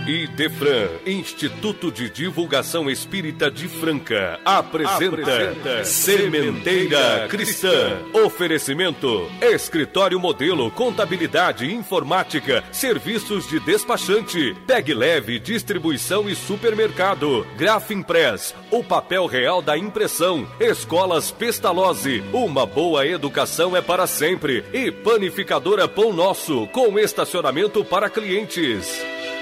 Idefran, Instituto de Divulgação Espírita de Franca, apresenta Sementeira Cristã. Oferecimento: Escritório Modelo, Contabilidade, Informática, Serviços de Despachante, Pegue Leve, Distribuição e Supermercado, Grafimpress, o papel real da impressão, Escolas Pestalozzi, uma boa educação é para sempre, e Panificadora Pão Nosso, com estacionamento para clientes.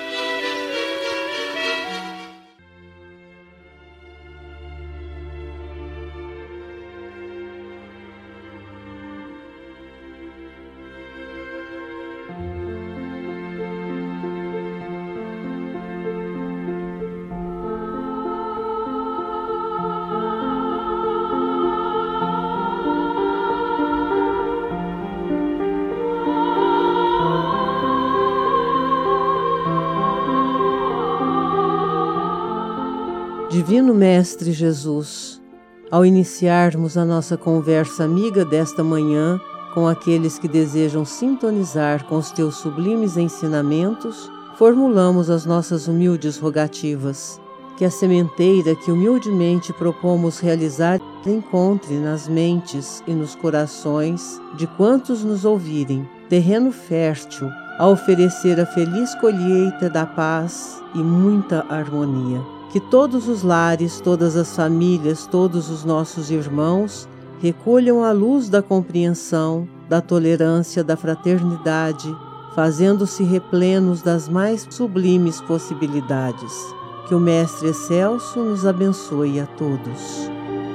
Divino Mestre Jesus, ao iniciarmos a nossa conversa amiga desta manhã com aqueles que desejam sintonizar com os teus sublimes ensinamentos, formulamos as nossas humildes rogativas. Que a sementeira que humildemente propomos realizar encontre nas mentes e nos corações de quantos nos ouvirem terreno fértil a oferecer a feliz colheita da paz e muita harmonia. Que todos os lares, todas as famílias, todos os nossos irmãos recolham a luz da compreensão, da tolerância, da fraternidade, fazendo-se replenos das mais sublimes possibilidades. Que o Mestre Excelso nos abençoe a todos.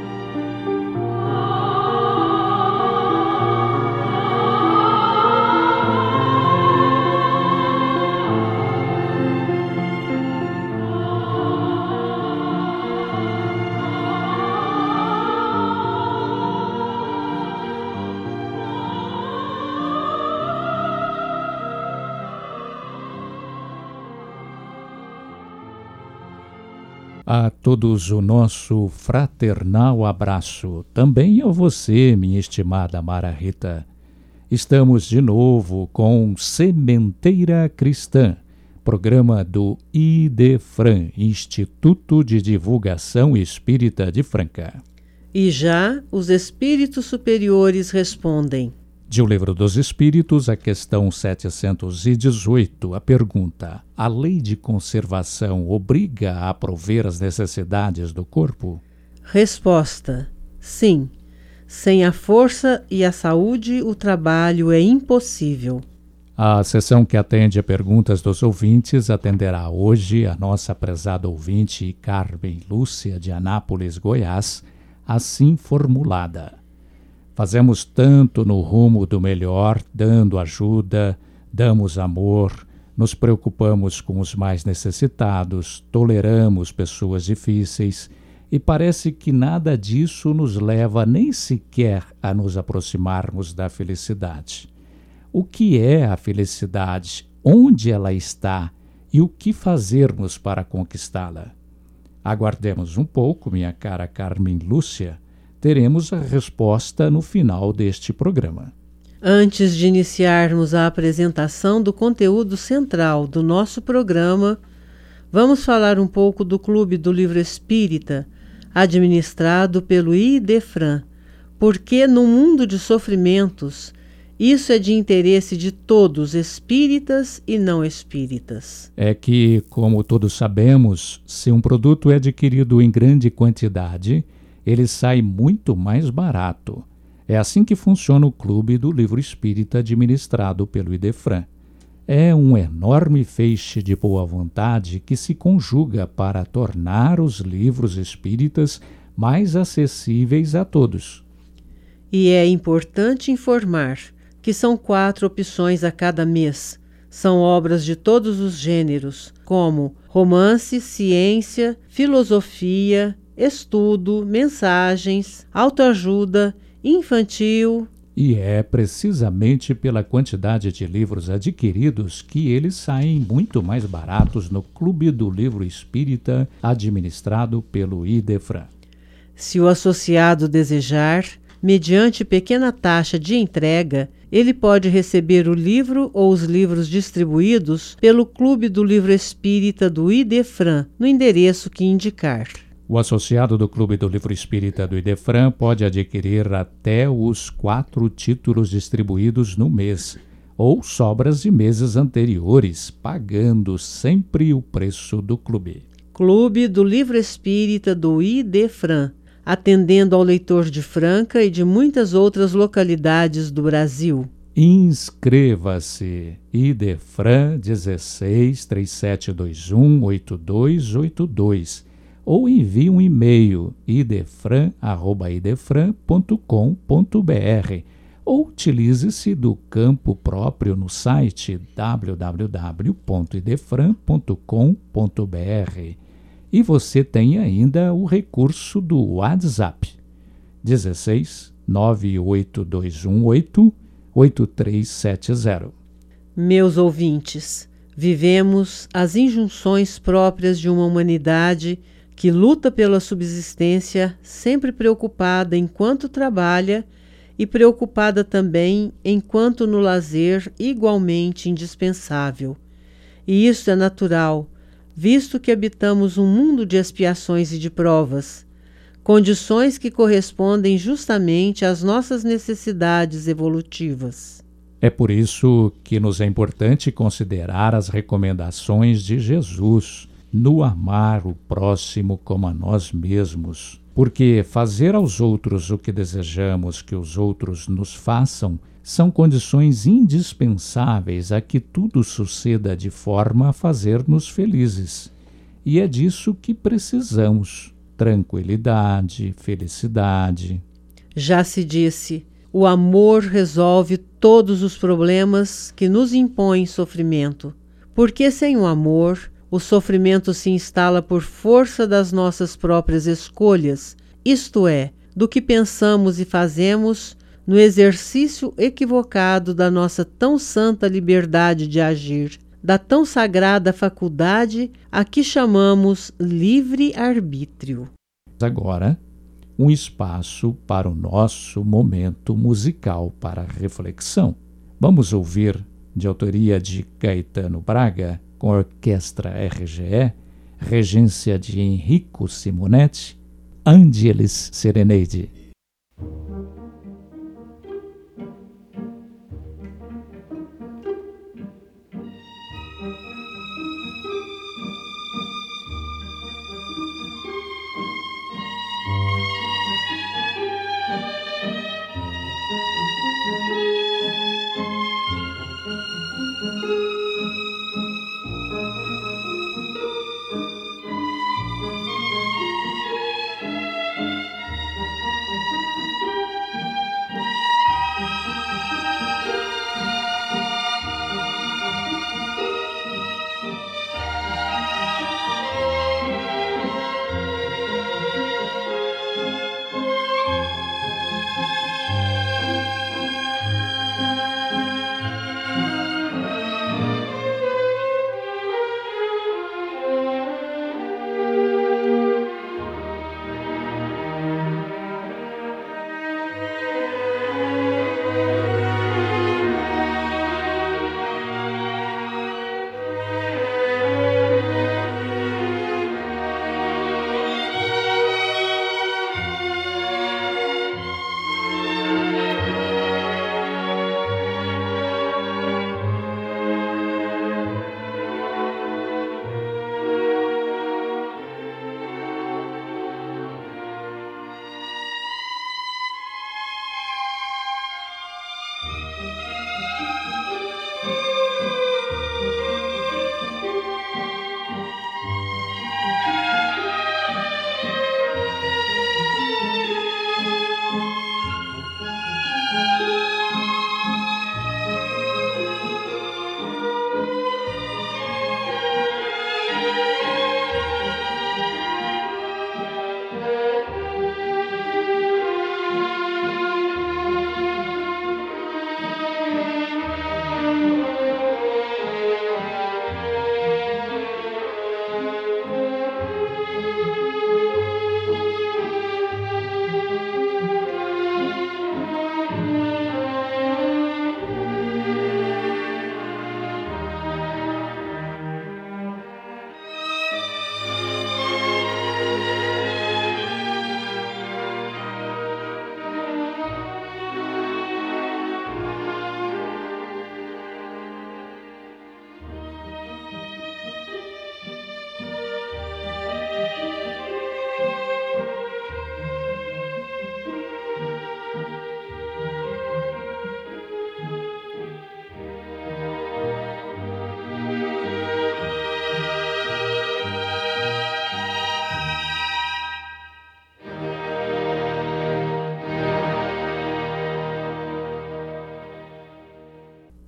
A todos o nosso fraternal abraço, também a você, minha estimada Mara Rita. Estamos de novo com Sementeira Cristã, programa do Idefran, Instituto de Divulgação Espírita de Franca. E já os espíritos superiores respondem. De O Livro dos Espíritos, a questão 718, a pergunta: a lei de conservação obriga a prover as necessidades do corpo? Resposta: sim. Sem a força e a saúde, o trabalho é impossível. A sessão que atende a perguntas dos ouvintes atenderá hoje a nossa prezada ouvinte Carmen Lúcia, de Anápolis, Goiás, assim formulada. Fazemos tanto no rumo do melhor, dando ajuda, damos amor, nos preocupamos com os mais necessitados, toleramos pessoas difíceis e parece que nada disso nos leva nem sequer a nos aproximarmos da felicidade. O que é a felicidade? Onde ela está? E o que fazermos para conquistá-la? Aguardemos um pouco, minha cara Carmen Lúcia. Teremos a resposta no final deste programa. Antes de iniciarmos a apresentação do conteúdo central do nosso programa, vamos falar um pouco do Clube do Livro Espírita, administrado pelo Idefran, porque no mundo de sofrimentos, isso é de interesse de todos, espíritas e não espíritas. É que, como todos sabemos, se um produto é adquirido em grande quantidade, ele sai muito mais barato. É assim que funciona o Clube do Livro Espírita administrado pelo Idefran. É um enorme feixe de boa vontade que se conjuga para tornar os livros espíritas mais acessíveis a todos. E é importante informar que são 4 opções a cada mês. São obras de todos os gêneros, como romance, ciência, filosofia, estudo, mensagens, autoajuda, infantil. E é precisamente pela quantidade de livros adquiridos que eles saem muito mais baratos no Clube do Livro Espírita, administrado pelo Idefran. Se o associado desejar, mediante pequena taxa de entrega, ele pode receber o livro ou os livros distribuídos pelo Clube do Livro Espírita do Idefran, no endereço que indicar. O associado do Clube do Livro Espírita do Idefran pode adquirir até os 4 títulos distribuídos no mês, ou sobras de meses anteriores, pagando sempre o preço do clube. Clube do Livro Espírita do Idefran, atendendo ao leitor de Franca e de muitas outras localidades do Brasil. Inscreva-se. Idefran 16 3721 8282 ou envie um e-mail idefran@idefran.com.br ou utilize-se do campo próprio no site www.idefran.com.br. E você tem ainda o recurso do WhatsApp 16 98218 8370. Meus ouvintes, vivemos as injunções próprias de uma humanidade que luta pela subsistência, sempre preocupada enquanto trabalha e preocupada também enquanto no lazer igualmente indispensável. E isso é natural, visto que habitamos um mundo de expiações e de provas, condições que correspondem justamente às nossas necessidades evolutivas. É por isso que nos é importante considerar as recomendações de Jesus no amar o próximo como a nós mesmos, porque fazer aos outros o que desejamos que os outros nos façam são condições indispensáveis a que tudo suceda de forma a fazer-nos felizes. E é disso que precisamos: tranquilidade, felicidade. Já se disse, o amor resolve todos os problemas que nos impõem sofrimento, porque sem o amor, o sofrimento se instala por força das nossas próprias escolhas, isto é, do que pensamos e fazemos no exercício equivocado da nossa tão santa liberdade de agir, da tão sagrada faculdade a que chamamos livre-arbítrio. Agora, um espaço para o nosso momento musical para reflexão. Vamos ouvir, de autoria de Caetano Braga, com a Orquestra RGE, regência de Enrico Simonetti, Angelis Serenade.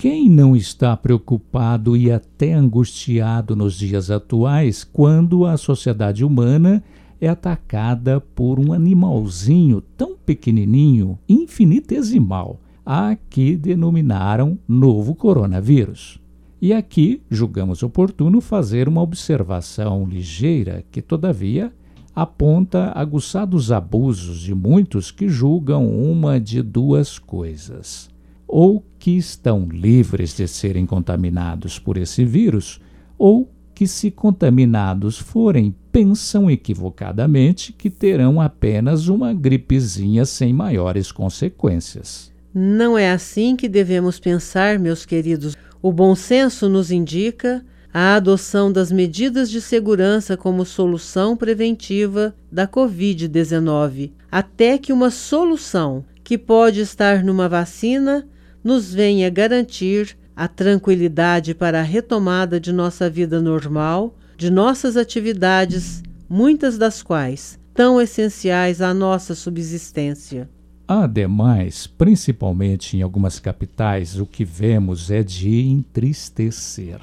Quem não está preocupado e até angustiado nos dias atuais quando a sociedade humana é atacada por um animalzinho tão pequenininho, infinitesimal, a que denominaram novo coronavírus? E aqui julgamos oportuno fazer uma observação ligeira que, todavia, aponta aguçados abusos de muitos que julgam uma de duas coisas: ou que estão livres de serem contaminados por esse vírus, ou que, se contaminados forem, pensam equivocadamente que terão apenas uma gripezinha sem maiores consequências. Não é assim que devemos pensar, meus queridos. O bom senso nos indica a adoção das medidas de segurança como solução preventiva da Covid-19, até que uma solução, que pode estar numa vacina, nos venha garantir a tranquilidade para a retomada de nossa vida normal, de nossas atividades, muitas das quais tão essenciais à nossa subsistência. Ademais, principalmente em algumas capitais, o que vemos é de entristecer.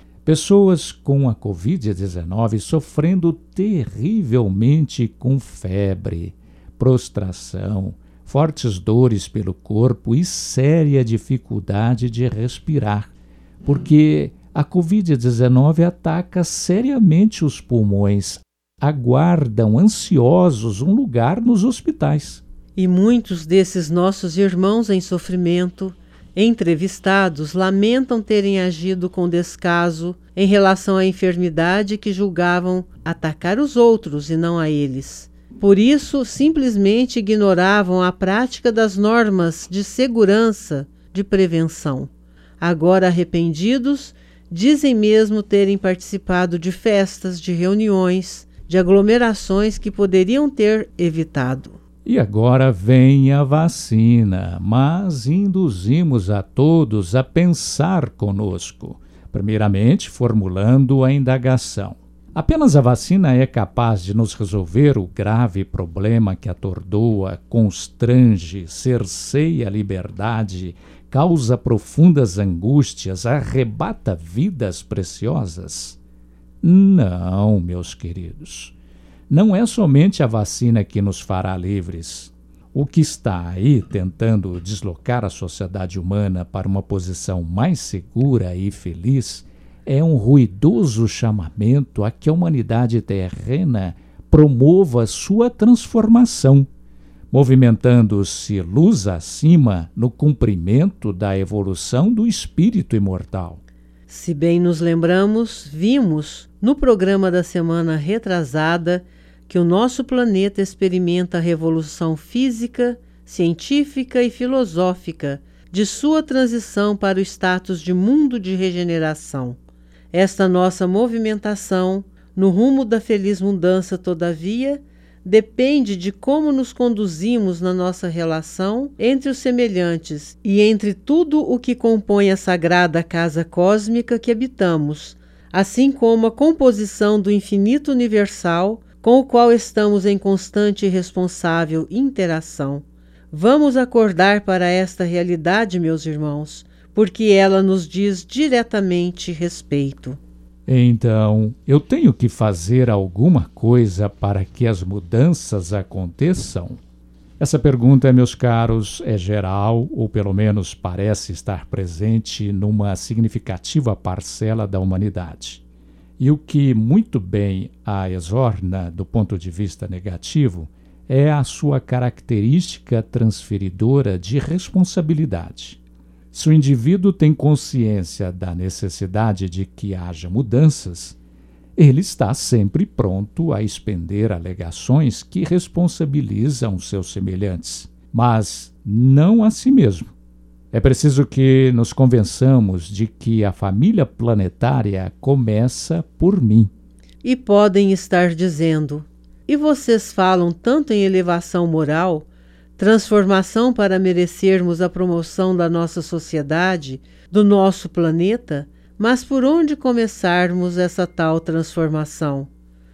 Pessoas com a Covid-19 sofrendo terrivelmente com febre, prostração, fortes dores pelo corpo e séria dificuldade de respirar, porque a Covid-19 ataca seriamente os pulmões, aguardam ansiosos um lugar nos hospitais. E muitos desses nossos irmãos em sofrimento, entrevistados, lamentam terem agido com descaso em relação à enfermidade que julgavam atacar os outros e não a eles. Por isso, simplesmente ignoravam a prática das normas de segurança, de prevenção. Agora arrependidos, dizem mesmo terem participado de festas, de reuniões, de aglomerações que poderiam ter evitado. E agora vem a vacina, mas induzimos a todos a pensar conosco, primeiramente formulando a indagação: apenas a vacina é capaz de nos resolver o grave problema que atordoa, constrange, cerceia a liberdade, causa profundas angústias, arrebata vidas preciosas? Não, meus queridos. Não é somente a vacina que nos fará livres. O que está aí tentando deslocar a sociedade humana para uma posição mais segura e feliz é um ruidoso chamamento a que a humanidade terrena promova sua transformação, movimentando-se luz acima no cumprimento da evolução do espírito imortal. Se bem nos lembramos, vimos no programa da semana retrasada que o nosso planeta experimenta a revolução física, científica e filosófica de sua transição para o status de mundo de regeneração. Esta nossa movimentação, no rumo da feliz mudança, todavia, depende de como nos conduzimos na nossa relação entre os semelhantes e entre tudo o que compõe a sagrada casa cósmica que habitamos, assim como a composição do infinito universal com o qual estamos em constante e responsável interação. Vamos acordar para esta realidade, meus irmãos, porque ela nos diz diretamente respeito. Então, eu tenho que fazer alguma coisa para que as mudanças aconteçam? Essa pergunta, meus caros, é geral, ou pelo menos parece estar presente numa significativa parcela da humanidade. E o que muito bem a exorna do ponto de vista negativo é a sua característica transferidora de responsabilidade. Se o indivíduo tem consciência da necessidade de que haja mudanças, ele está sempre pronto a expender alegações que responsabilizam seus semelhantes, mas não a si mesmo. É preciso que nos convençamos de que a família planetária começa por mim. E podem estar dizendo: e vocês falam tanto em elevação moral, transformação para merecermos a promoção da nossa sociedade, do nosso planeta, mas por onde começarmos essa tal transformação?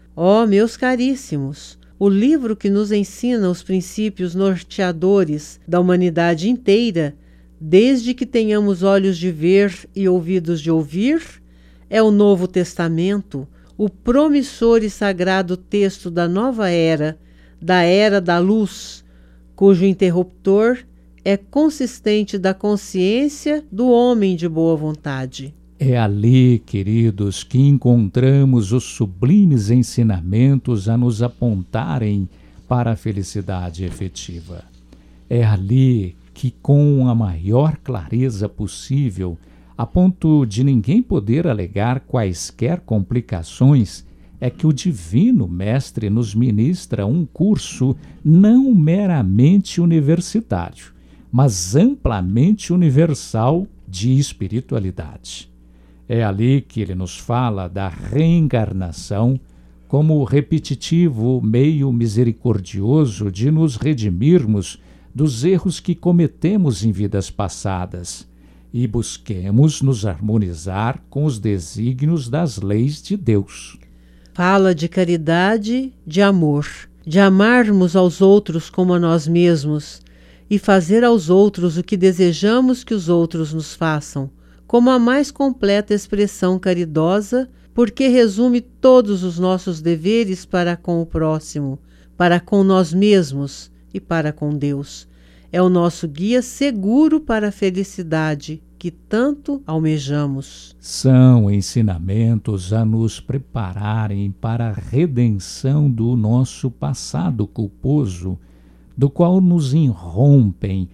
Ó, meus caríssimos, o livro que nos ensina os princípios norteadores da humanidade inteira desde que tenhamos olhos de ver e ouvidos de ouvir, é o Novo Testamento, o promissor e sagrado texto da nova era, da era da luz, cujo interruptor é consistente da consciência do homem de boa vontade. É ali, queridos, que encontramos os sublimes ensinamentos a nos apontarem para a felicidade efetiva. É ali que, com a maior clareza possível, a ponto de ninguém poder alegar quaisquer complicações, é que o Divino Mestre nos ministra um curso não meramente universitário, mas amplamente universal de espiritualidade. É ali que ele nos fala da reencarnação como repetitivo meio misericordioso de nos redimirmos dos erros que cometemos em vidas passadas e busquemos nos harmonizar com os desígnios das leis de Deus. Fala de caridade, de amor, de amarmos aos outros como a nós mesmos e fazer aos outros o que desejamos que os outros nos façam, como a mais completa expressão caridosa, porque resume todos os nossos deveres para com o próximo, para com nós mesmos e para com Deus. É o nosso guia seguro para a felicidade que tanto almejamos. São ensinamentos a nos prepararem para a redenção do nosso passado culposo, do qual nos irrompem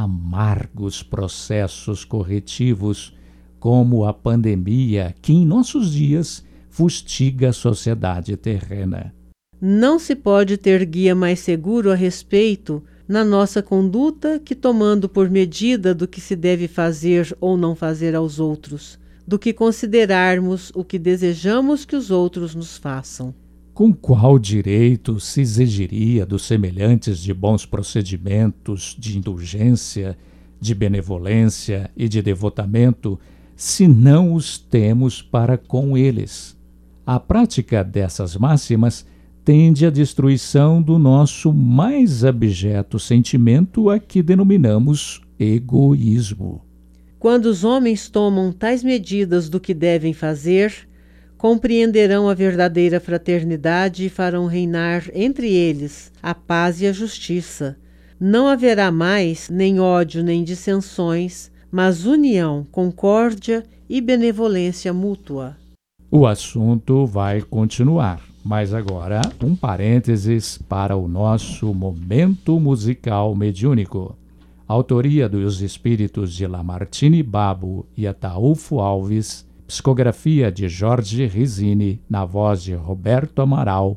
amargos processos corretivos, como a pandemia que em nossos dias fustiga a sociedade terrena. Não se pode ter guia mais seguro a respeito na nossa conduta que tomando por medida do que se deve fazer ou não fazer aos outros, do que considerarmos o que desejamos que os outros nos façam. Com qual direito se exigiria dos semelhantes de bons procedimentos, de indulgência, de benevolência e de devotamento, se não os temos para com eles? A prática dessas máximas tende à destruição do nosso mais abjeto sentimento, a que denominamos egoísmo. Quando os homens tomam tais medidas do que devem fazer, compreenderão a verdadeira fraternidade e farão reinar entre eles a paz e a justiça. Não haverá mais nem ódio nem dissensões, mas união, concórdia e benevolência mútua. O assunto vai continuar, mas agora um parênteses para o nosso momento musical mediúnico. Autoria dos espíritos de Lamartine Babo e Ataúfo Alves, psicografia de Jorge Risini, na voz de Roberto Amaral,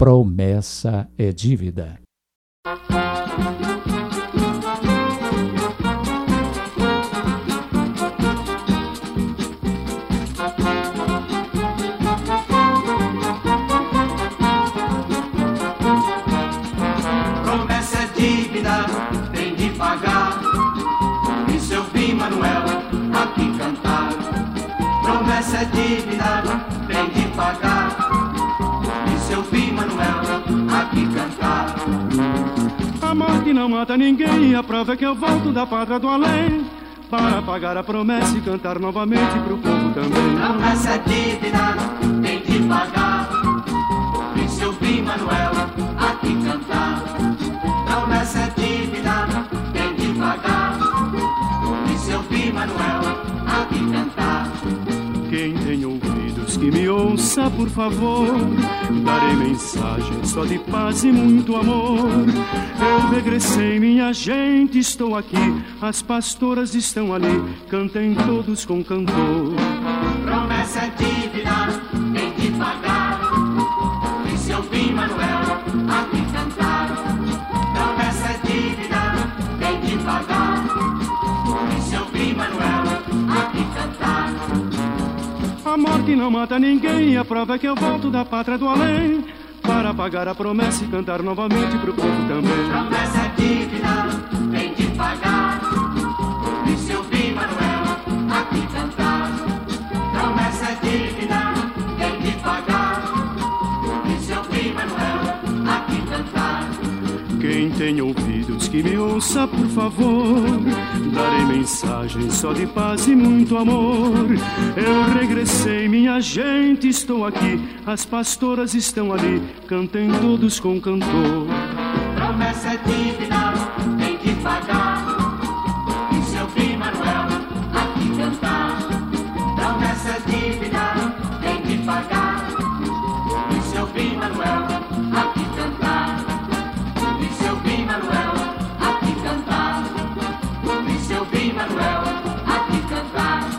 Promessa é Dívida. Promessa é dívida, tem de pagar. E se eu vi Manuel aqui cantar? Promessa é dívida, tem de pagar. E se eu vi Manuel aqui cantar? A morte não mata ninguém, a prova é que eu volto da pátria do além, para pagar a promessa e cantar novamente pro povo também. Promessa é dívida, tem de pagar. E se eu vi Manuel aqui cantar? Promessa é dívida, tem de pagar. E se eu vi Manuel aqui cantar? Quem tem ouvidos que me ouça, por favor, darei mensagem só de paz e muito amor. Eu regressei, minha gente, estou aqui, as pastoras estão ali, cantem todos com cantor. Promessa é dívida, tem de pagar. E se eu vi Manuel aqui cantar? Promessa é dívida, tem de pagar. E se eu vi Manuel aqui cantar? A morte não mata ninguém, a prova é que eu volto da pátria do além, para pagar a promessa e cantar novamente pro povo também. Promessa é dívida, tem de pagar. E se eu vi Manuel aqui cantar? Promessa é dívida, tem de pagar. E se eu vi Manuel aqui cantar? Quem tem ouvidos que me ouça, por favor, darei mensagem só de paz e muito amor. Eu regressei, minha gente, estou aqui. As pastoras estão ali, cantem todos com cantor. Promessa é dívida, tem que pagar. E seu primo Manuel aqui cantar. Promessa é dívida, tem que pagar. E seu primo Manuel aqui cantar. E seu primo Manuel aqui cantar. E seu primo Manuel aqui cantar.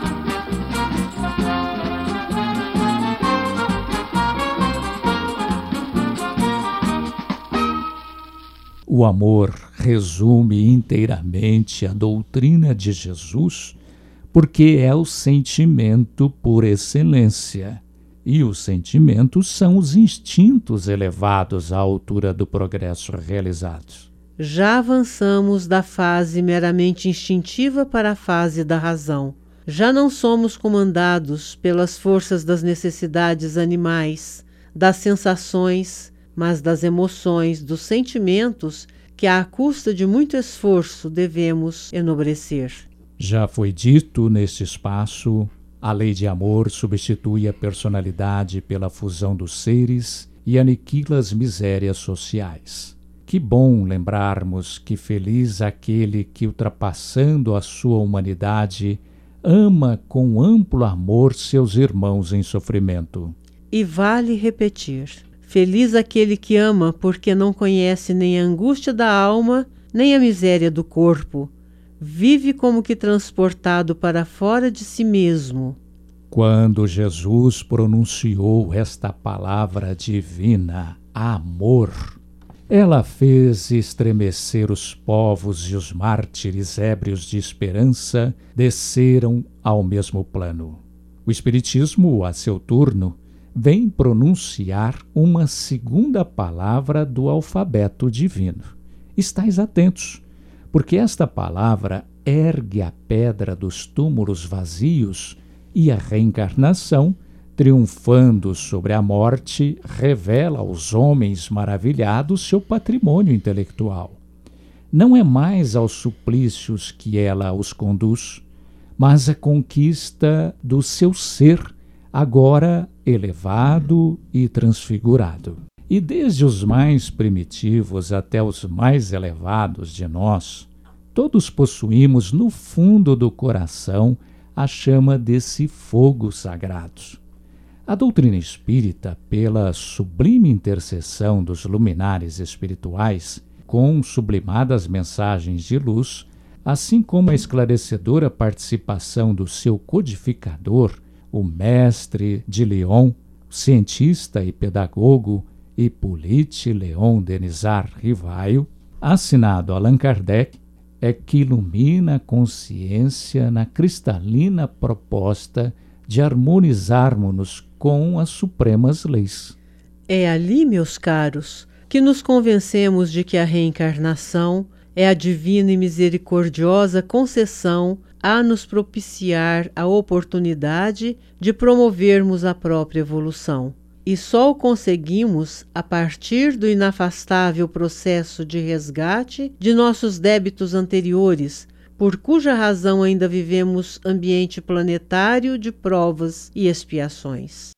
O amor resume inteiramente a doutrina de Jesus, porque é o sentimento por excelência. E os sentimentos são os instintos elevados à altura do progresso realizado. Já avançamos da fase meramente instintiva para a fase da razão. Já não somos comandados pelas forças das necessidades animais, das sensações, mas das emoções, dos sentimentos que, à custa de muito esforço, devemos enobrecer. Já foi dito neste espaço, a lei de amor substitui a personalidade pela fusão dos seres e aniquila as misérias sociais. Que bom lembrarmos que feliz aquele que, ultrapassando a sua humanidade, ama com amplo amor seus irmãos em sofrimento. E vale repetir: feliz aquele que ama, porque não conhece nem a angústia da alma, nem a miséria do corpo. Vive como que transportado para fora de si mesmo. Quando Jesus pronunciou esta palavra divina, amor, ela fez estremecer os povos, e os mártires ébrios de esperança desceram ao mesmo plano. O Espiritismo, a seu turno, vem pronunciar uma segunda palavra do alfabeto divino. Estais atentos, porque esta palavra ergue a pedra dos túmulos vazios e a reencarnação, triunfando sobre a morte, revela aos homens maravilhados seu patrimônio intelectual. Não é mais aos suplícios que ela os conduz, mas a conquista do seu ser, agora elevado e transfigurado. E desde os mais primitivos até os mais elevados de nós, todos possuímos no fundo do coração a chama desse fogo sagrado. A doutrina espírita, pela sublime intercessão dos luminares espirituais, com sublimadas mensagens de luz, assim como a esclarecedora participação do seu codificador, o mestre de Lyon, cientista e pedagogo Hippolyte Léon Denisard Rivail, assinado Allan Kardec, é que ilumina a consciência na cristalina proposta de harmonizarmos-nos com as supremas leis. É ali, meus caros, que nos convencemos de que a reencarnação é a divina e misericordiosa concessão a nos propiciar a oportunidade de promovermos a própria evolução. E só o conseguimos a partir do inafastável processo de resgate de nossos débitos anteriores, por cuja razão ainda vivemos ambiente planetário de provas e expiações.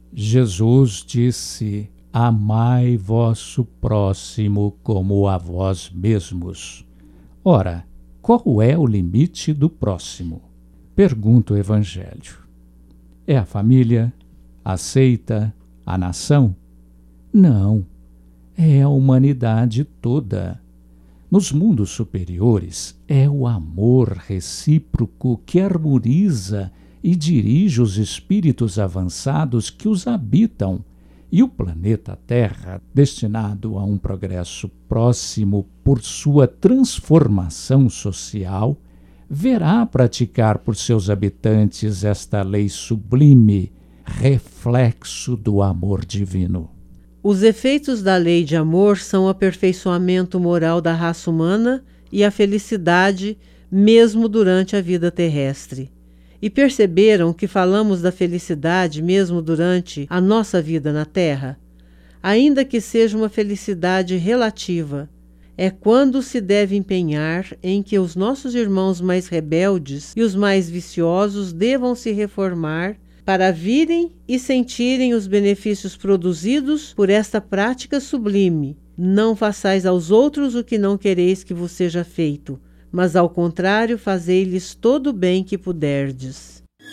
Jesus disse: amai vosso próximo como a vós mesmos. Ora, qual é o limite do próximo? Pergunta o Evangelho. É a família? A seita? A nação? Não, é a humanidade toda. Nos mundos superiores, é o amor recíproco que harmoniza e dirige os espíritos avançados que os habitam, e o planeta Terra, destinado a um progresso próximo por sua transformação social, verá praticar por seus habitantes esta lei sublime, reflexo do amor divino. Os efeitos da lei de amor são o aperfeiçoamento moral da raça humana e a felicidade, mesmo durante a vida terrestre. E perceberam que falamos da felicidade mesmo durante a nossa vida na Terra? Ainda que seja uma felicidade relativa, é quando se deve empenhar em que os nossos irmãos mais rebeldes e os mais viciosos devam se reformar para virem e sentirem os benefícios produzidos por esta prática sublime. Não façais aos outros o que não quereis que vos seja feito, mas ao contrário, fazei-lhes todo o bem que puderdes.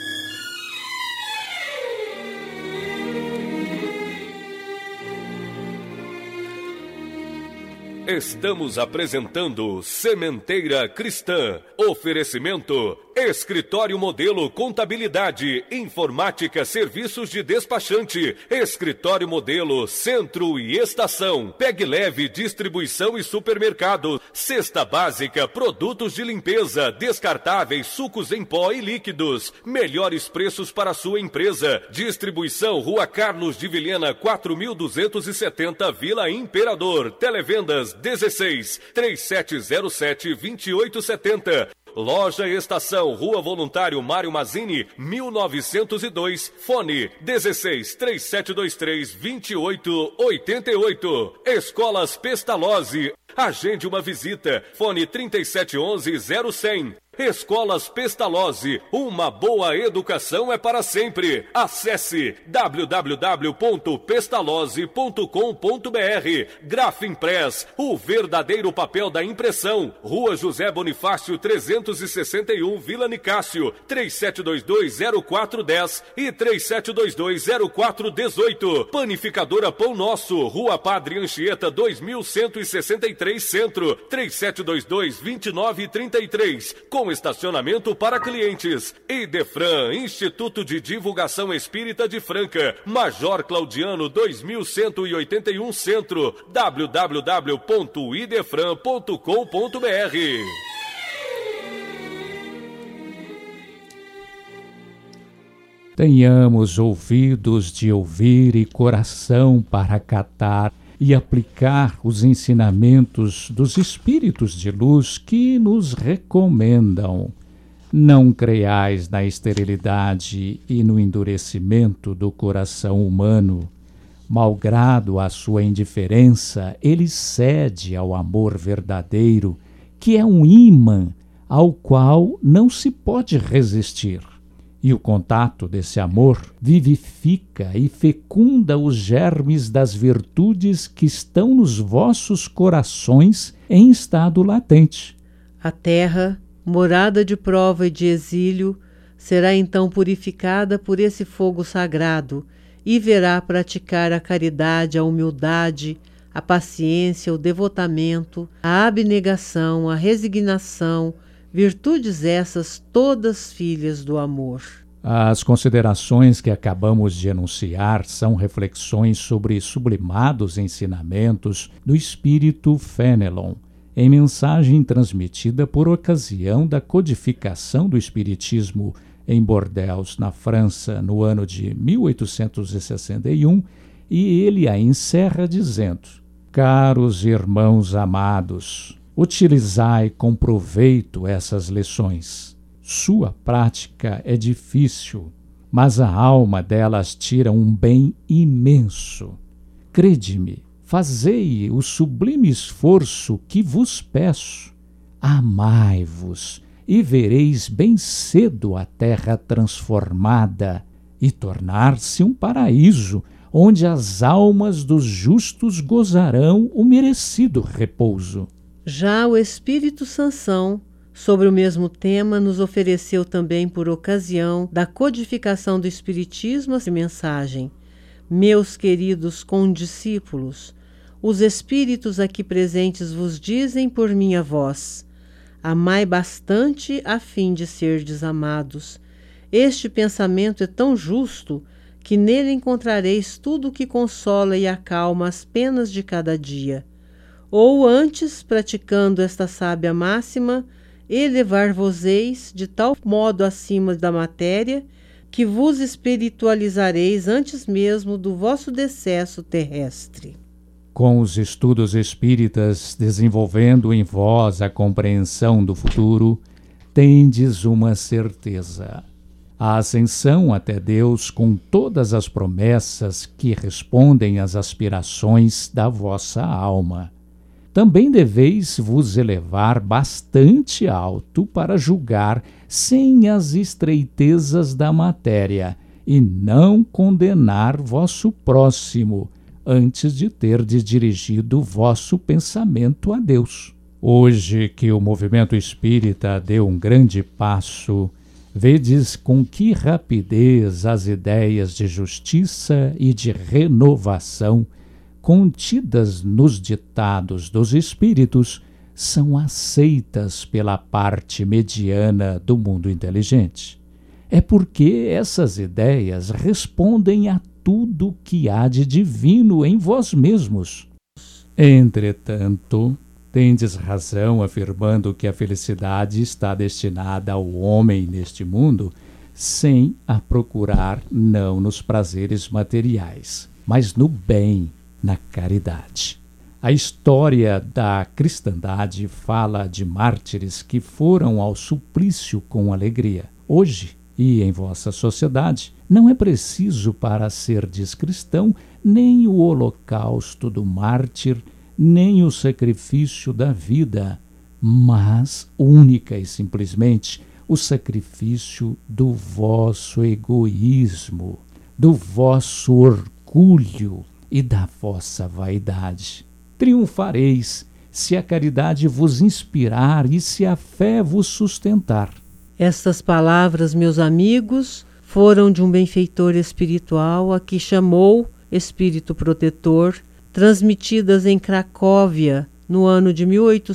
Estamos apresentando Sementeira Cristã. Oferecimento: Escritório Modelo Contabilidade, Informática, Serviços de Despachante, Escritório Modelo Centro e Estação, Pegue Leve Distribuição e Supermercado, Cesta Básica, Produtos de Limpeza, Descartáveis, Sucos em Pó e Líquidos, melhores preços para sua empresa. Distribuição Rua Carlos de Vilhena 4270, Vila Imperador. Televendas 16 3707 2870. Loja Estação, Rua Voluntário Mário Mazzini, 1902, fone 16 3723 2888. Escolas Pestalozzi, agende uma visita, fone 3711-0100. Escolas Pestalozzi, uma boa educação é para sempre. Acesse www.pestalozzi.com.br. Grafimpress, o verdadeiro papel da impressão. Rua José Bonifácio 361, Vila Nicásio, 3722-0410 e 3722-0418. Panificadora Pão Nosso, Rua Padre Anchieta 2163 Centro, 3722-2933. Com estacionamento para clientes. Idefran, Instituto de Divulgação Espírita de Franca, Major Claudiano 2181 Centro, www.idefran.com.br. Tenhamos ouvidos de ouvir e coração para acatar e aplicar os ensinamentos dos Espíritos de Luz que nos recomendam. Não creiais na esterilidade e no endurecimento do coração humano. Malgrado a sua indiferença, ele cede ao amor verdadeiro, que é um ímã ao qual não se pode resistir. E o contato desse amor vivifica e fecunda os germes das virtudes que estão nos vossos corações em estado latente. A terra, morada de prova e de exílio, será então purificada por esse fogo sagrado e verá praticar a caridade, a humildade, a paciência, o devotamento, a abnegação, a resignação, virtudes essas todas filhas do amor. As considerações que acabamos de enunciar são reflexões sobre sublimados ensinamentos do espírito Fenelon, em mensagem transmitida por ocasião da codificação do espiritismo em Bordeaux, na França, no ano de 1861, e ele a encerra dizendo: Caros irmãos amados, utilizai com proveito essas lições. Sua prática é difícil, mas a alma delas tira um bem imenso. Crede-me, fazei o sublime esforço que vos peço. Amai-vos e vereis bem cedo a terra transformada e tornar-se um paraíso, onde as almas dos justos gozarão o merecido repouso. Já o Espírito Sansão, sobre o mesmo tema, nos ofereceu também, por ocasião da codificação do Espiritismo, a mensagem: Meus queridos condiscípulos, os Espíritos aqui presentes vos dizem por minha voz: amai bastante a fim de serdes amados. Este pensamento é tão justo que nele encontrareis tudo o que consola e acalma as penas de cada dia. Ou antes, praticando esta sábia máxima, elevar-vos-eis de tal modo acima da matéria que vos espiritualizareis antes mesmo do vosso decesso terrestre. Com os estudos espíritas desenvolvendo em vós a compreensão do futuro, tendes uma certeza: a ascensão até Deus com todas as promessas que respondem às aspirações da vossa alma. também deveis vos elevar bastante alto para julgar sem as estreitezas da matéria, e não condenar vosso próximo, antes de terdes dirigido vosso pensamento a Deus. Hoje que o movimento espírita deu um grande passo, vedes com que rapidez as ideias de justiça e de renovação contidas nos ditados dos espíritos são aceitas pela parte mediana do mundo inteligente. É porque essas ideias respondem a tudo que há de divino em vós mesmos. Entretanto, tendes razão afirmando que a felicidade está destinada ao homem neste mundo, sem a procurar não nos prazeres materiais, mas no bem, na caridade. A história da cristandade fala de mártires que foram ao suplício com alegria. Hoje, e em vossa sociedade, não é preciso para serdes cristão nem o holocausto do mártir, nem o sacrifício da vida, mas única e simplesmente o sacrifício do vosso egoísmo, do vosso orgulho e da vossa vaidade. Triunfareis se a caridade vos inspirar e se a fé vos sustentar. Estas palavras, meus amigos, foram de um benfeitor espiritual a que chamou Espírito Protetor, transmitidas em Cracóvia no ano de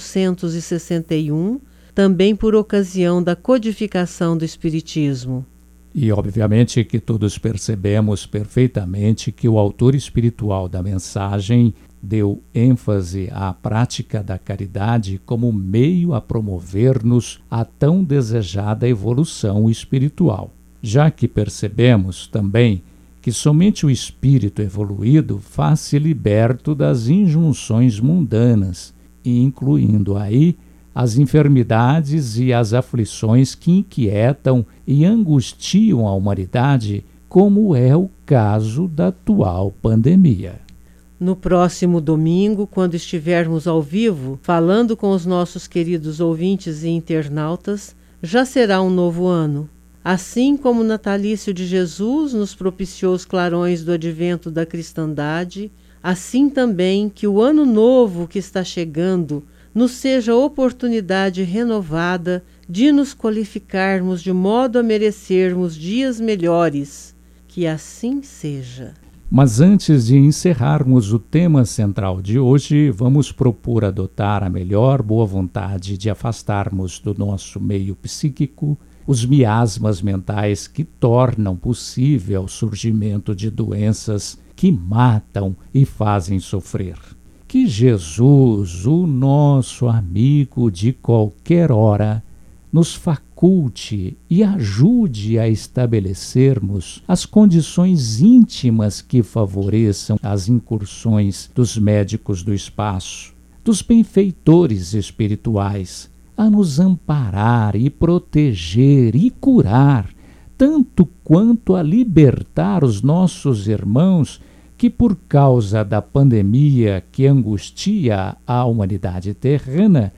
1861, também por ocasião da codificação do Espiritismo. E obviamente que todos percebemos perfeitamente que o autor espiritual da mensagem deu ênfase à prática da caridade como meio a promover-nos a tão desejada evolução espiritual, já que percebemos também que somente o espírito evoluído faz-se liberto das injunções mundanas, incluindo aí as enfermidades e as aflições que inquietam e angustiam a humanidade, como é o caso da atual pandemia. No próximo domingo, quando estivermos ao vivo, falando com os nossos queridos ouvintes e internautas, já será um novo ano. Assim como o natalício de Jesus nos propiciou os clarões do advento da cristandade, assim também que o ano novo que está chegando nos seja oportunidade renovada de nos qualificarmos de modo a merecermos dias melhores. Que assim seja. Mas antes de encerrarmos o tema central de hoje, vamos propor adotar a melhor boa vontade de afastarmos do nosso meio psíquico os miasmas mentais que tornam possível o surgimento de doenças que matam e fazem sofrer. Que Jesus, o nosso amigo de qualquer hora, nos faculte e ajude a estabelecermos as condições íntimas que favoreçam as incursões dos médicos do espaço, dos benfeitores espirituais, a nos amparar e proteger e curar, tanto quanto a libertar os nossos irmãos que, por causa da pandemia que angustia a humanidade terrena,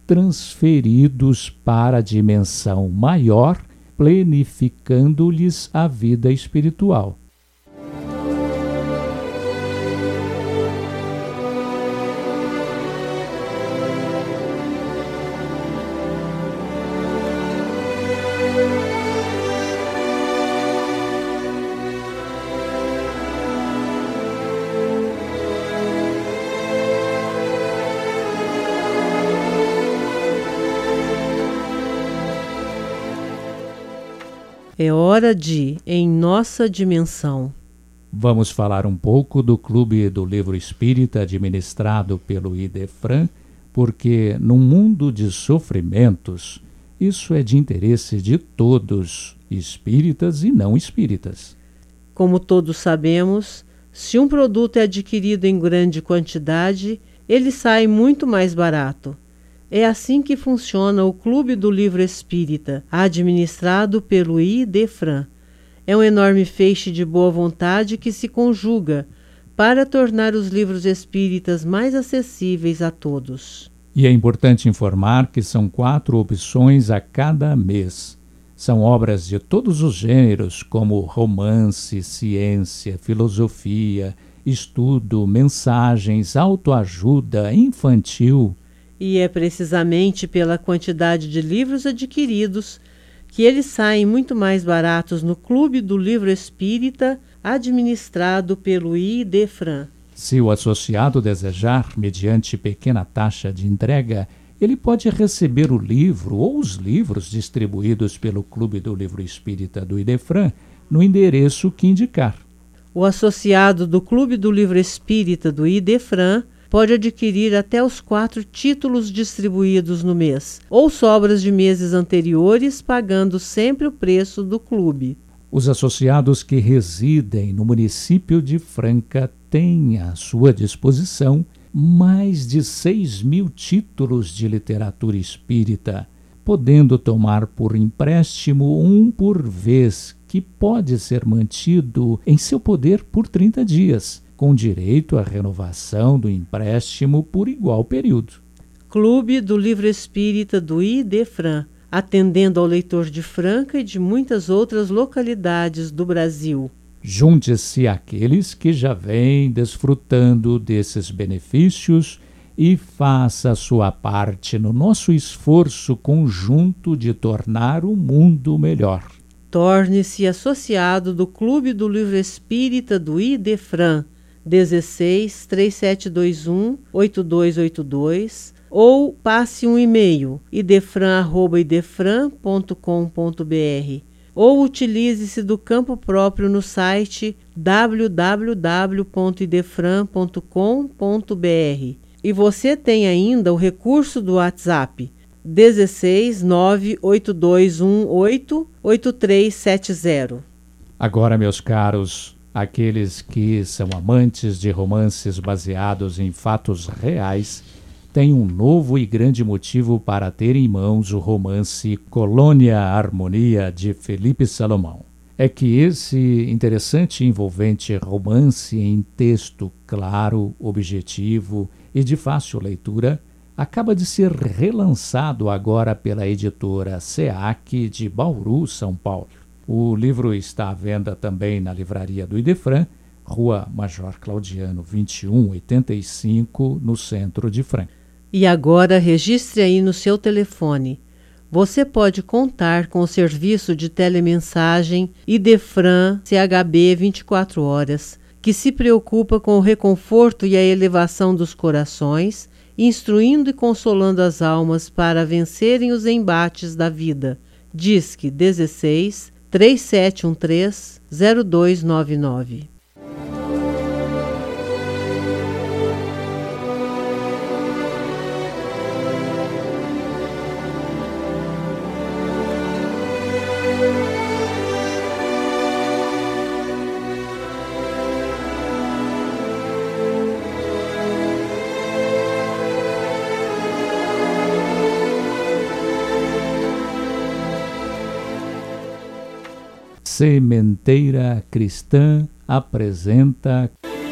transferidos para a dimensão maior, planificando-lhes a vida espiritual. É hora de Em Nossa Dimensão. Vamos falar um pouco do Clube do Livro Espírita administrado pelo IDEFRAN, porque num mundo de sofrimentos, isso é de interesse de todos, espíritas e não espíritas. Como todos sabemos, se um produto é adquirido em grande quantidade, ele sai muito mais barato. É assim que funciona o Clube do Livro Espírita, administrado pelo IDEFRAN. É um enorme feixe de boa vontade que se conjuga para tornar os livros espíritas mais acessíveis a todos. E é importante informar que são 4 opções a cada mês. São obras de todos os gêneros, como romance, ciência, filosofia, estudo, mensagens, autoajuda, infantil. E é precisamente pela quantidade de livros adquiridos que eles saem muito mais baratos no Clube do Livro Espírita, administrado pelo IDEFRAN. Se o associado desejar, mediante pequena taxa de entrega, ele pode receber o livro ou os livros distribuídos pelo Clube do Livro Espírita do IDEFRAN no endereço que indicar. O associado do Clube do Livro Espírita do IDEFRAN pode adquirir até os 4 títulos distribuídos no mês, ou sobras de meses anteriores, pagando sempre o preço do clube. Os associados que residem no município de Franca têm à sua disposição mais de 6.000 títulos de literatura espírita, podendo tomar por empréstimo um por vez, que pode ser mantido em seu poder por 30 dias, com direito à renovação do empréstimo por igual período. Clube do Livro Espírita do IDEFRAN, atendendo ao leitor de Franca e de muitas outras localidades do Brasil. Junte-se àqueles que já vêm desfrutando desses benefícios e faça a sua parte no nosso esforço conjunto de tornar o mundo melhor. Torne-se associado do Clube do Livro Espírita do IDEFRAN, 16 3721 8282, ou passe um e-mail idefran@idefran.com.br, ou utilize-se do campo próprio no site www.idefran.com.br. E você tem ainda o recurso do WhatsApp 16 98218 8370. Agora, meus caros, aqueles que são amantes de romances baseados em fatos reais têm um novo e grande motivo para ter em mãos o romance Colônia Harmonia, de Felipe Salomão. É que esse interessante e envolvente romance em texto claro, objetivo e de fácil leitura acaba de ser relançado agora pela editora SEAC de Bauru, São Paulo. O livro está à venda também na livraria do IDEFRAN, Rua Major Claudiano 2185, no centro de Franca. E agora registre aí no seu telefone. Você pode contar com o serviço de telemensagem IDEFRAN CHB 24 horas, que se preocupa com o reconforto e a elevação dos corações, instruindo e consolando as almas para vencerem os embates da vida. Disque 16 3713 0299. Sementeira Cristã apresenta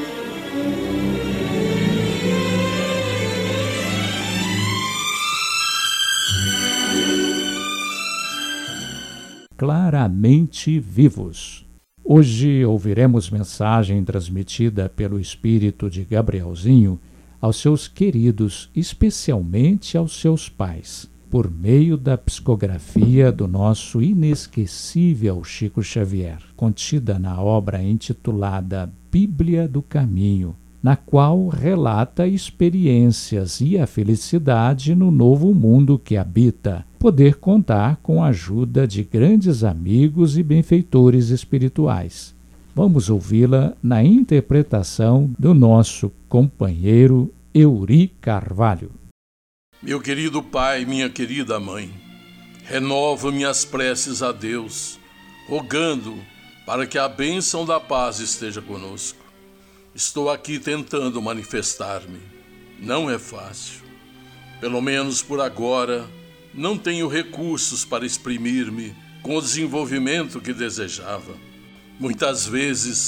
Claramente Vivos. Hoje ouviremos mensagem transmitida pelo espírito de Gabrielzinho aos seus queridos, especialmente aos seus pais, por meio da psicografia do nosso inesquecível Chico Xavier, contida na obra intitulada Bíblia do Caminho, na qual relata experiências e a felicidade no novo mundo que habita, poder contar com a ajuda de grandes amigos e benfeitores espirituais. Vamos ouvi-la na interpretação do nosso companheiro Euri Carvalho. Meu querido pai, minha querida mãe, renovo minhas preces a Deus, rogando para que a bênção da paz esteja conosco. Estou aqui tentando manifestar-me. Não é fácil. Pelo menos por agora, não tenho recursos para exprimir-me com o desenvolvimento que desejava. Muitas vezes,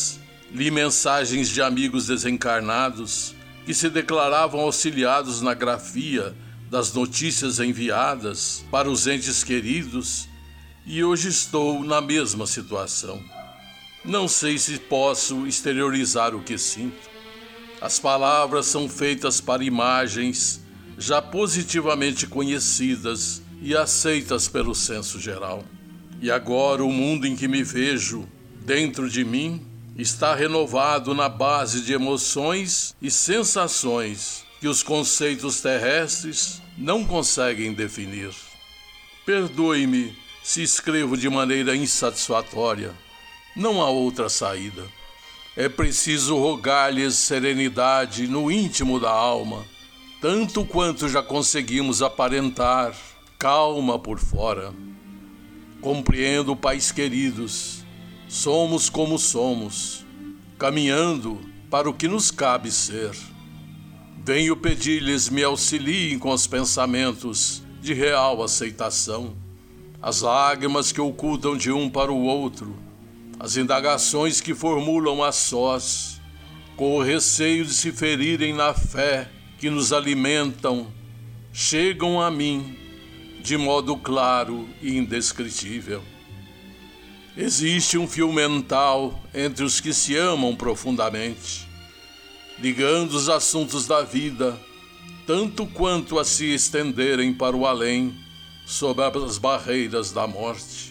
Li mensagens de amigos desencarnados que se declaravam auxiliados na grafia das notícias enviadas para os entes queridos, e hoje estou na mesma situação. Não sei se posso exteriorizar o que sinto. As palavras são feitas para imagens já positivamente conhecidas e aceitas pelo senso geral. E agora o mundo em que me vejo dentro de mim está renovado na base de emoções e sensações que os conceitos terrestres não conseguem definir. Perdoe-me se escrevo de maneira insatisfatória. Não há outra saída. É preciso rogar-lhes serenidade no íntimo da alma, tanto quanto já conseguimos aparentar calma por fora. Compreendo, pais queridos, somos como somos, caminhando para o que nos cabe ser. Venho pedir-lhes me auxiliem com os pensamentos de real aceitação, as lágrimas que ocultam de um para o outro, as indagações que formulam a sós, com o receio de se ferirem na fé que nos alimentam, chegam a mim de modo claro e indescritível. Existe um fio mental entre os que se amam profundamente, ligando os assuntos da vida, tanto quanto a se estenderem para o além, sob as barreiras da morte.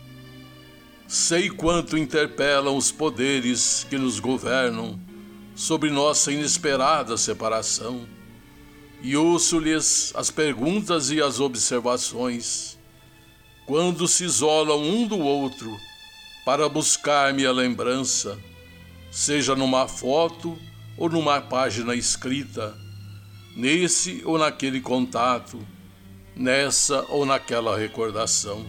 Sei quanto interpelam os poderes que nos governam sobre nossa inesperada separação, e ouço-lhes as perguntas e as observações, quando se isolam um do outro para buscar-me a lembrança, seja numa foto ou numa página escrita, nesse ou naquele contato, nessa ou naquela recordação.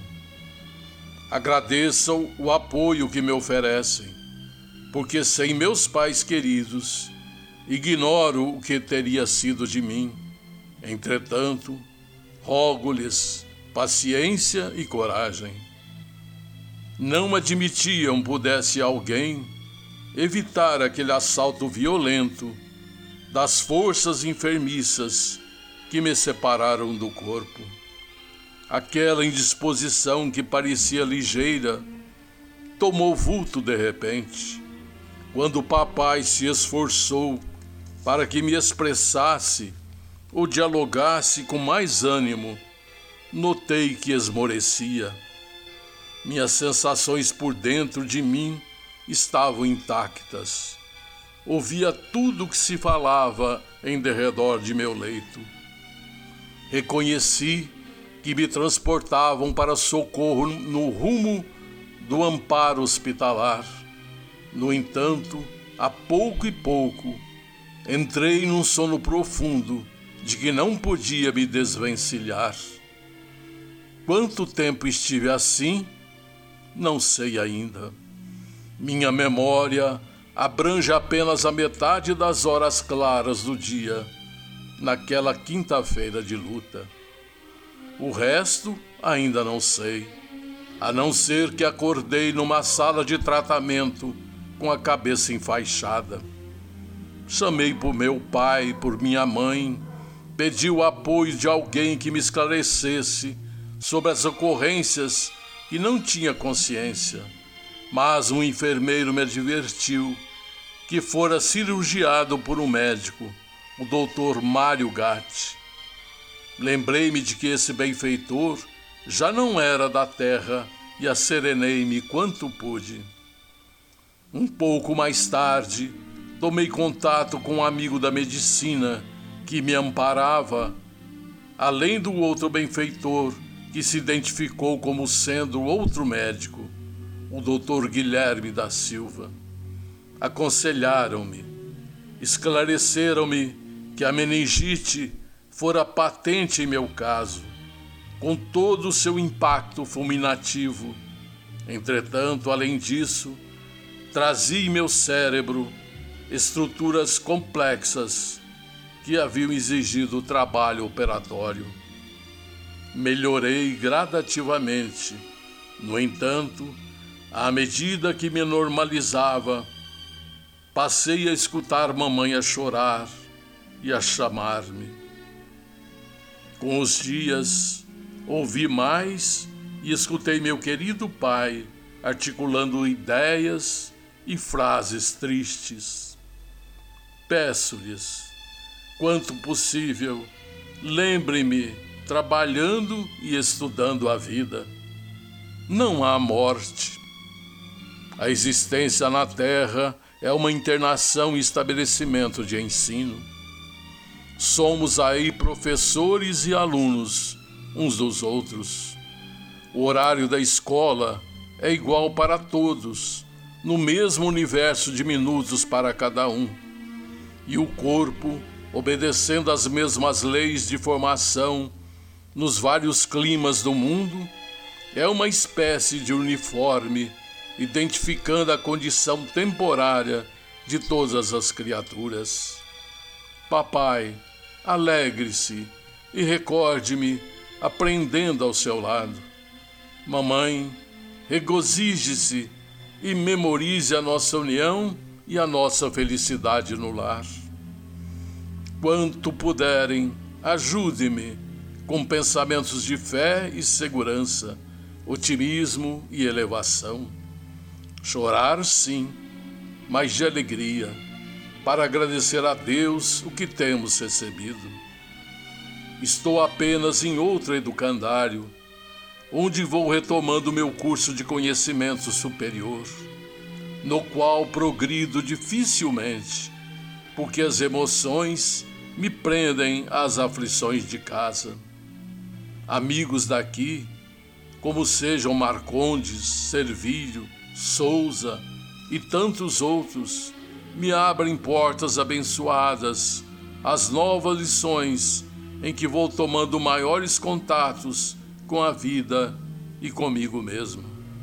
Agradeçam o apoio que me oferecem, porque sem meus pais queridos, ignoro o que teria sido de mim. Entretanto, rogo-lhes paciência e coragem. Não admitiam pudesse alguém evitar aquele assalto violento das forças enfermiças que me separaram do corpo. Aquela indisposição que parecia ligeira tomou vulto de repente, quando o papai se esforçou para que me expressasse ou dialogasse com mais ânimo. Notei que esmorecia. Minhas sensações por dentro de mim estavam intactas. Ouvia tudo o que se falava em derredor de meu leito. Reconheci que me transportavam para socorro no rumo do amparo hospitalar. No entanto, a pouco e pouco, entrei num sono profundo de que não podia me desvencilhar. Quanto tempo estive assim, não sei ainda. Minha memória abrange apenas a metade das horas claras do dia, naquela quinta-feira de luta. O resto ainda não sei, a não ser que acordei numa sala de tratamento com a cabeça enfaixada. Chamei por meu pai, por minha mãe, pedi o apoio de alguém que me esclarecesse sobre as ocorrências que não tinha consciência, mas um enfermeiro me advertiu que fora cirurgiado por um médico, o Dr. Mário Gatti. Lembrei-me de que esse benfeitor já não era da terra e asserenei-me quanto pude. Um pouco mais tarde, tomei contato com um amigo da medicina que me amparava, além do outro benfeitor que se identificou como sendo outro médico, o Dr. Guilherme da Silva. Aconselharam-me, esclareceram-me que a meningite fora patente em meu caso, com todo o seu impacto fulminativo. Entretanto, além disso, trazia em meu cérebro estruturas complexas que haviam exigido trabalho operatório. Melhorei gradativamente. No entanto, à medida que me normalizava, passei a escutar mamãe a chorar e a chamar-me. Com os dias, ouvi mais e escutei meu querido pai articulando ideias e frases tristes. Peço-lhes, quanto possível, lembre-me trabalhando e estudando a vida. Não há morte. A existência na Terra é uma internação e estabelecimento de ensino. Somos aí professores e alunos uns dos outros. O horário da escola é igual para todos, no mesmo universo de minutos para cada um. E o corpo, obedecendo às mesmas leis de formação nos vários climas do mundo, é uma espécie de uniforme, identificando a condição temporária de todas as criaturas. Papai, alegre-se e recorde-me aprendendo ao seu lado. Mamãe, regozije-se e memorize a nossa união e a nossa felicidade no lar. Quanto puderem, ajude-me com pensamentos de fé e segurança, otimismo e elevação. Chorar, sim, mas de alegria, para agradecer a Deus o que temos recebido. Estou apenas em outro educandário, onde vou retomando meu curso de conhecimento superior, no qual progrido dificilmente, porque as emoções me prendem às aflições de casa. Amigos daqui, como sejam Marcondes, Servilho, Souza e tantos outros, me abrem portas abençoadas às novas lições em que vou tomando maiores contatos com a vida e comigo mesmo.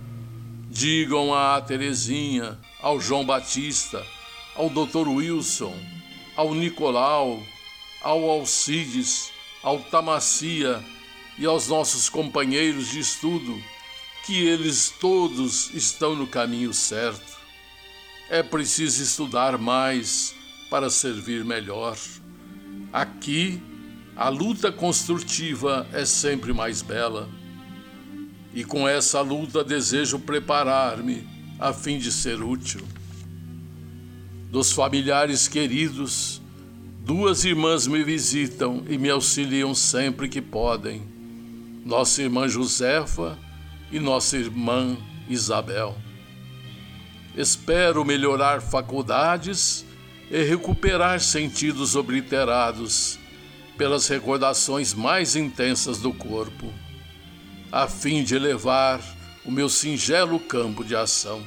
Digam à Terezinha, ao João Batista, ao Dr. Wilson, ao Nicolau, ao Alcides, ao Tamacia e aos nossos companheiros de estudo que eles todos estão no caminho certo. É preciso estudar mais para servir melhor. Aqui, a luta construtiva é sempre mais bela. E com essa luta desejo preparar-me a fim de ser útil. Dos familiares queridos, 2 irmãs me visitam e me auxiliam sempre que podem. Nossa irmã Josefa e nossa irmã Isabel. Espero melhorar faculdades e recuperar sentidos obliterados pelas recordações mais intensas do corpo, a fim de elevar o meu singelo campo de ação.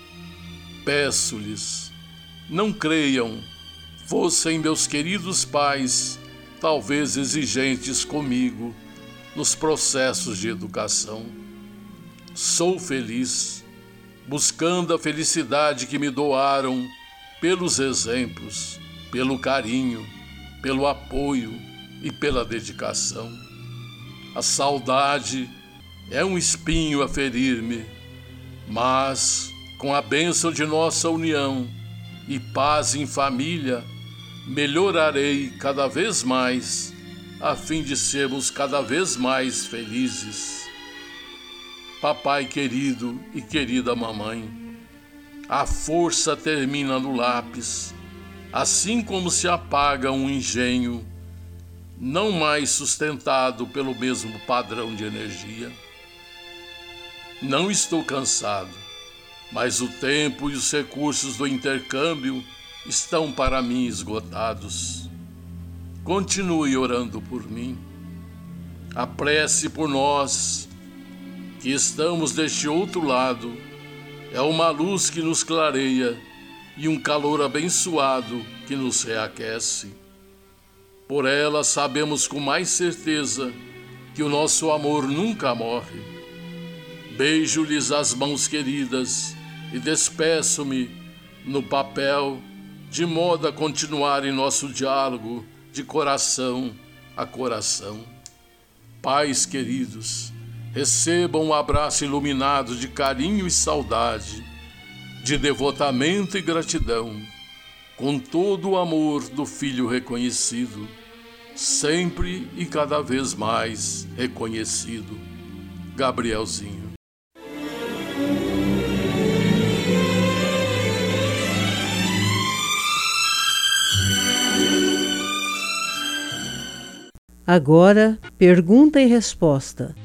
Peço-lhes, não creiam, fossem meus queridos pais, talvez exigentes comigo nos processos de educação. Sou feliz, buscando a felicidade que me doaram pelos exemplos, pelo carinho, pelo apoio e pela dedicação. A saudade é um espinho a ferir-me, mas, com a bênção de nossa união e paz em família, melhorarei cada vez mais, a fim de sermos cada vez mais felizes. Papai querido e querida mamãe, a força termina no lápis, assim como se apaga um engenho, não mais sustentado pelo mesmo padrão de energia. Não estou cansado, mas o tempo e os recursos do intercâmbio estão para mim esgotados. Continue orando por mim. A prece por nós, que estamos deste outro lado, é uma luz que nos clareia e um calor abençoado que nos reaquece. Por ela sabemos com mais certeza que o nosso amor nunca morre. Beijo-lhes as mãos queridas e despeço-me no papel, de modo a continuar em nosso diálogo de coração a coração. Pais queridos, recebam um abraço iluminado de carinho e saudade, de devotamento e gratidão, com todo o amor do filho reconhecido, sempre e cada vez mais reconhecido. Gabrielzinho. Agora, pergunta e resposta.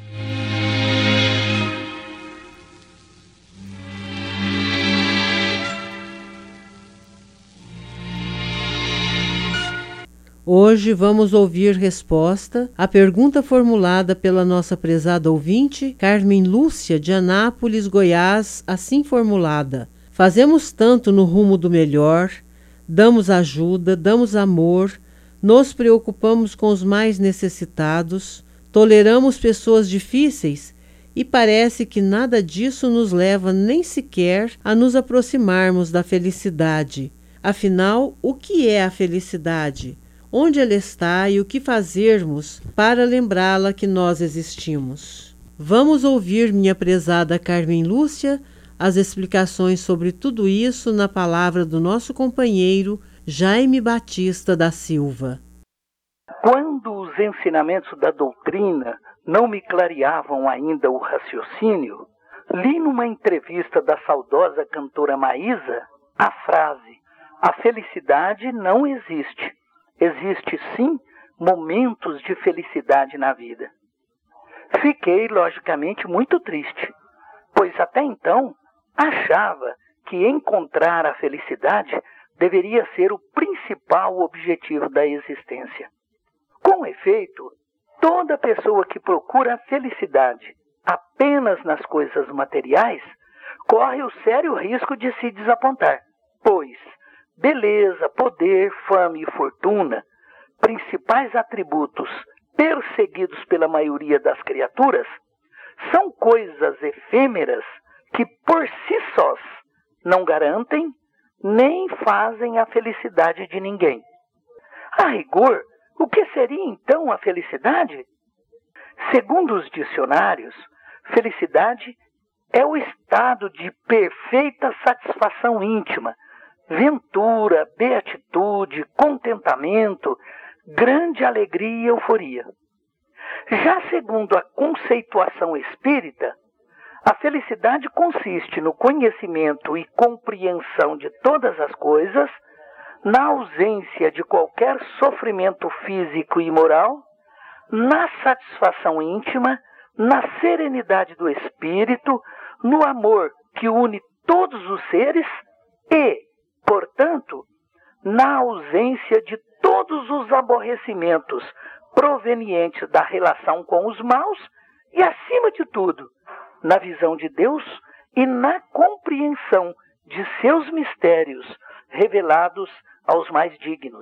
Hoje vamos ouvir resposta à pergunta formulada pela nossa prezada ouvinte, Carmen Lúcia, de Anápolis, Goiás, assim formulada: fazemos tanto no rumo do melhor, damos ajuda, damos amor, nos preocupamos com os mais necessitados, toleramos pessoas difíceis e parece que nada disso nos leva nem sequer a nos aproximarmos da felicidade. Afinal, o que é a felicidade? Onde ela está e o que fazermos para lembrá-la que nós existimos? Vamos ouvir, minha prezada Carmen Lúcia, as explicações sobre tudo isso na palavra do nosso companheiro Jaime Batista da Silva. Quando os ensinamentos da doutrina não me clareavam ainda o raciocínio, li numa entrevista da saudosa cantora Maísa a frase: a felicidade não existe. Existe sim momentos de felicidade na vida. Fiquei, logicamente, muito triste, pois até então achava que encontrar a felicidade deveria ser o principal objetivo da existência. Com efeito, toda pessoa que procura a felicidade apenas nas coisas materiais corre o sério risco de se desapontar, pois beleza, poder, fama e fortuna, principais atributos perseguidos pela maioria das criaturas, são coisas efêmeras que por si sós não garantem nem fazem a felicidade de ninguém. A rigor, o que seria então a felicidade? Segundo os dicionários, felicidade é o estado de perfeita satisfação íntima, ventura, beatitude, contentamento, grande alegria e euforia. Já segundo a conceituação espírita, a felicidade consiste no conhecimento e compreensão de todas as coisas, na ausência de qualquer sofrimento físico e moral, na satisfação íntima, na serenidade do espírito, no amor que une todos os seres e, portanto, na ausência de todos os aborrecimentos provenientes da relação com os maus e, acima de tudo, na visão de Deus e na compreensão de seus mistérios revelados aos mais dignos.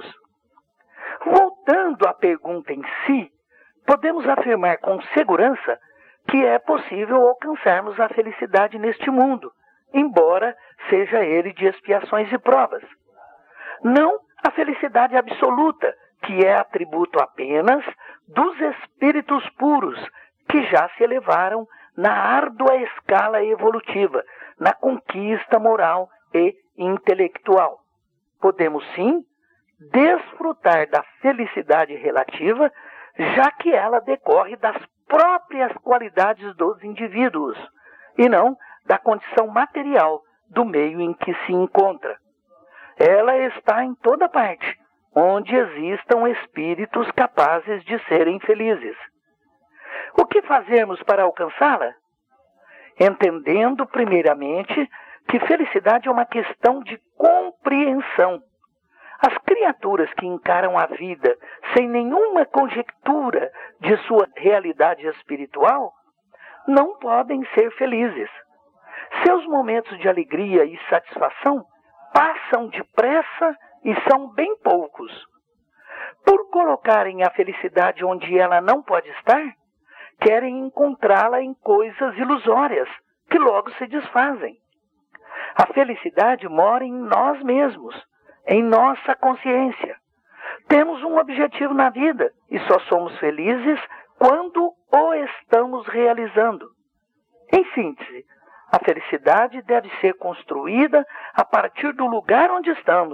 Voltando à pergunta em si, podemos afirmar com segurança que é possível alcançarmos a felicidade neste mundo, embora seja ele de expiações e provas. Não a felicidade absoluta, que é atributo apenas dos espíritos puros, que já se elevaram na árdua escala evolutiva, na conquista moral e intelectual. Podemos sim desfrutar da felicidade relativa, já que ela decorre das próprias qualidades dos indivíduos, e não da condição material do meio em que se encontra. Ela está em toda parte, onde existam espíritos capazes de serem felizes. O que fazemos para alcançá-la? Entendendo, primeiramente, que felicidade é uma questão de compreensão. As criaturas que encaram a vida sem nenhuma conjectura de sua realidade espiritual não podem ser felizes. Seus momentos de alegria e satisfação passam depressa e são bem poucos. Por colocarem a felicidade onde ela não pode estar, querem encontrá-la em coisas ilusórias, que logo se desfazem. A felicidade mora em nós mesmos, em nossa consciência. Temos um objetivo na vida e só somos felizes quando o estamos realizando. Em síntese, a felicidade deve ser construída a partir do lugar onde estamos,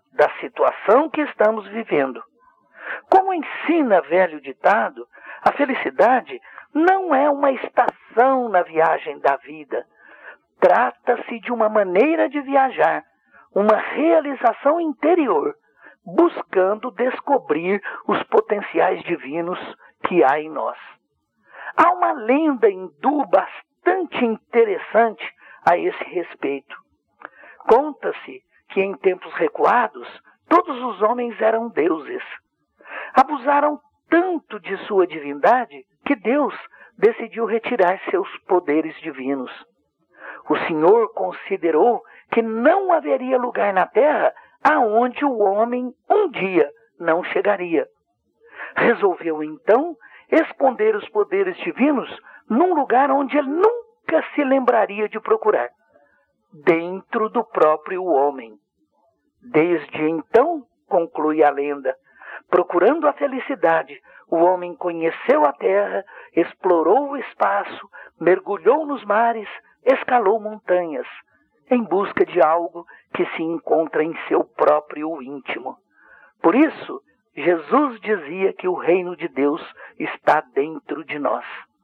da situação que estamos vivendo. Como ensina velho ditado, a felicidade não é uma estação na viagem da vida. Trata-se de uma maneira de viajar, uma realização interior, buscando descobrir os potenciais divinos que há em nós. Há uma lenda hindu bastante interessante a esse respeito. Conta-se que em tempos recuados, todos os homens eram deuses. Abusaram tanto de sua divindade que Deus decidiu retirar seus poderes divinos. O Senhor considerou que não haveria lugar na terra aonde o homem um dia não chegaria. Resolveu então esconder os poderes divinos num lugar onde ele nunca se lembraria de procurar, dentro do próprio homem. Desde então, conclui a lenda, procurando a felicidade, o homem conheceu a terra, explorou o espaço, mergulhou nos mares, escalou montanhas, em busca de algo que se encontra em seu próprio íntimo. Por isso, Jesus dizia que o reino de Deus está dentro de nós.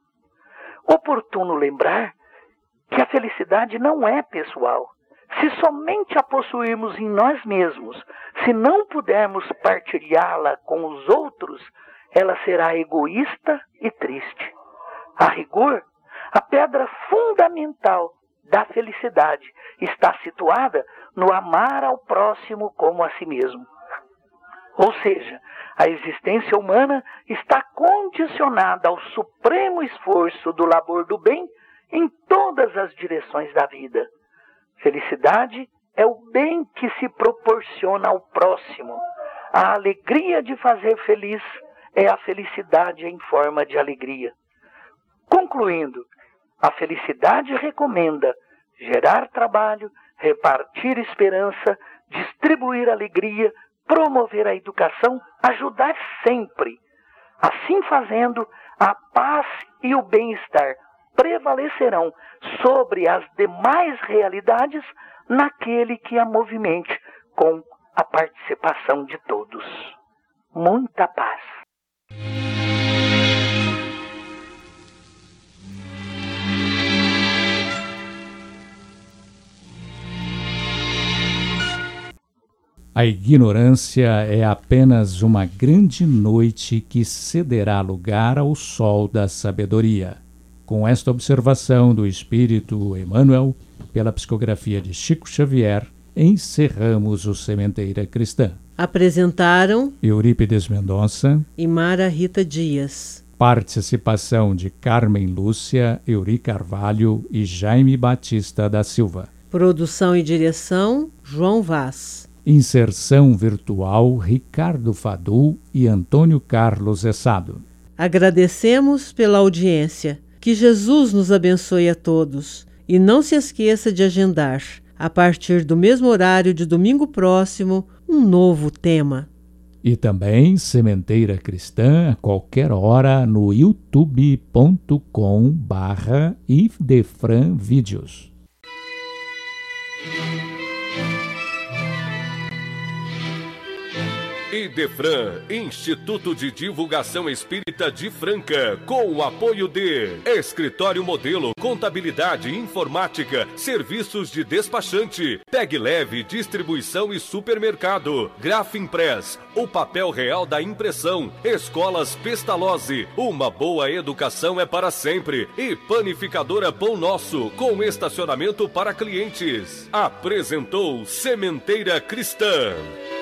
Oportuno lembrar que a felicidade não é pessoal. Se somente a possuirmos em nós mesmos, se não pudermos partilhá-la com os outros, ela será egoísta e triste. A rigor, a pedra fundamental da felicidade está situada no amar ao próximo como a si mesmo. Ou seja, a existência humana está condicionada ao supremo esforço do labor do bem em todas as direções da vida. Felicidade é o bem que se proporciona ao próximo. A alegria de fazer feliz é a felicidade em forma de alegria. Concluindo, a felicidade recomenda gerar trabalho, repartir esperança, distribuir alegria, promover a educação, ajudar sempre. Assim fazendo, a paz e o bem-estar prevalecerão sobre as demais realidades naquele que a movimente com a participação de todos. Muita paz. A ignorância é apenas uma grande noite que cederá lugar ao sol da sabedoria. Com esta observação do Espírito Emmanuel, pela psicografia de Chico Xavier, encerramos o Sementeira Cristã. Apresentaram Eurípides Mendonça e Mara Rita Dias. Participação de Carmen Lúcia, Euri Carvalho e Jaime Batista da Silva. Produção e direção, João Vaz. Inserção virtual, Ricardo Fadu e Antônio Carlos Essado. Agradecemos pela audiência. Que Jesus nos abençoe a todos. E não se esqueça de agendar, a partir do mesmo horário de domingo próximo, um novo tema. E também Sementeira Cristã a qualquer hora no youtube.com/Idefran-vídeos. Idefran, Instituto de Divulgação Espírita de Franca, com o apoio de Escritório Modelo, Contabilidade e Informática, Serviços de Despachante, Tag Leve, Distribuição e Supermercado, Grafimpress, o papel real da impressão, Escolas Pestalozzi, uma boa educação é para sempre, e Panificadora Pão Nosso, com estacionamento para clientes. Apresentou Sementeira Cristã.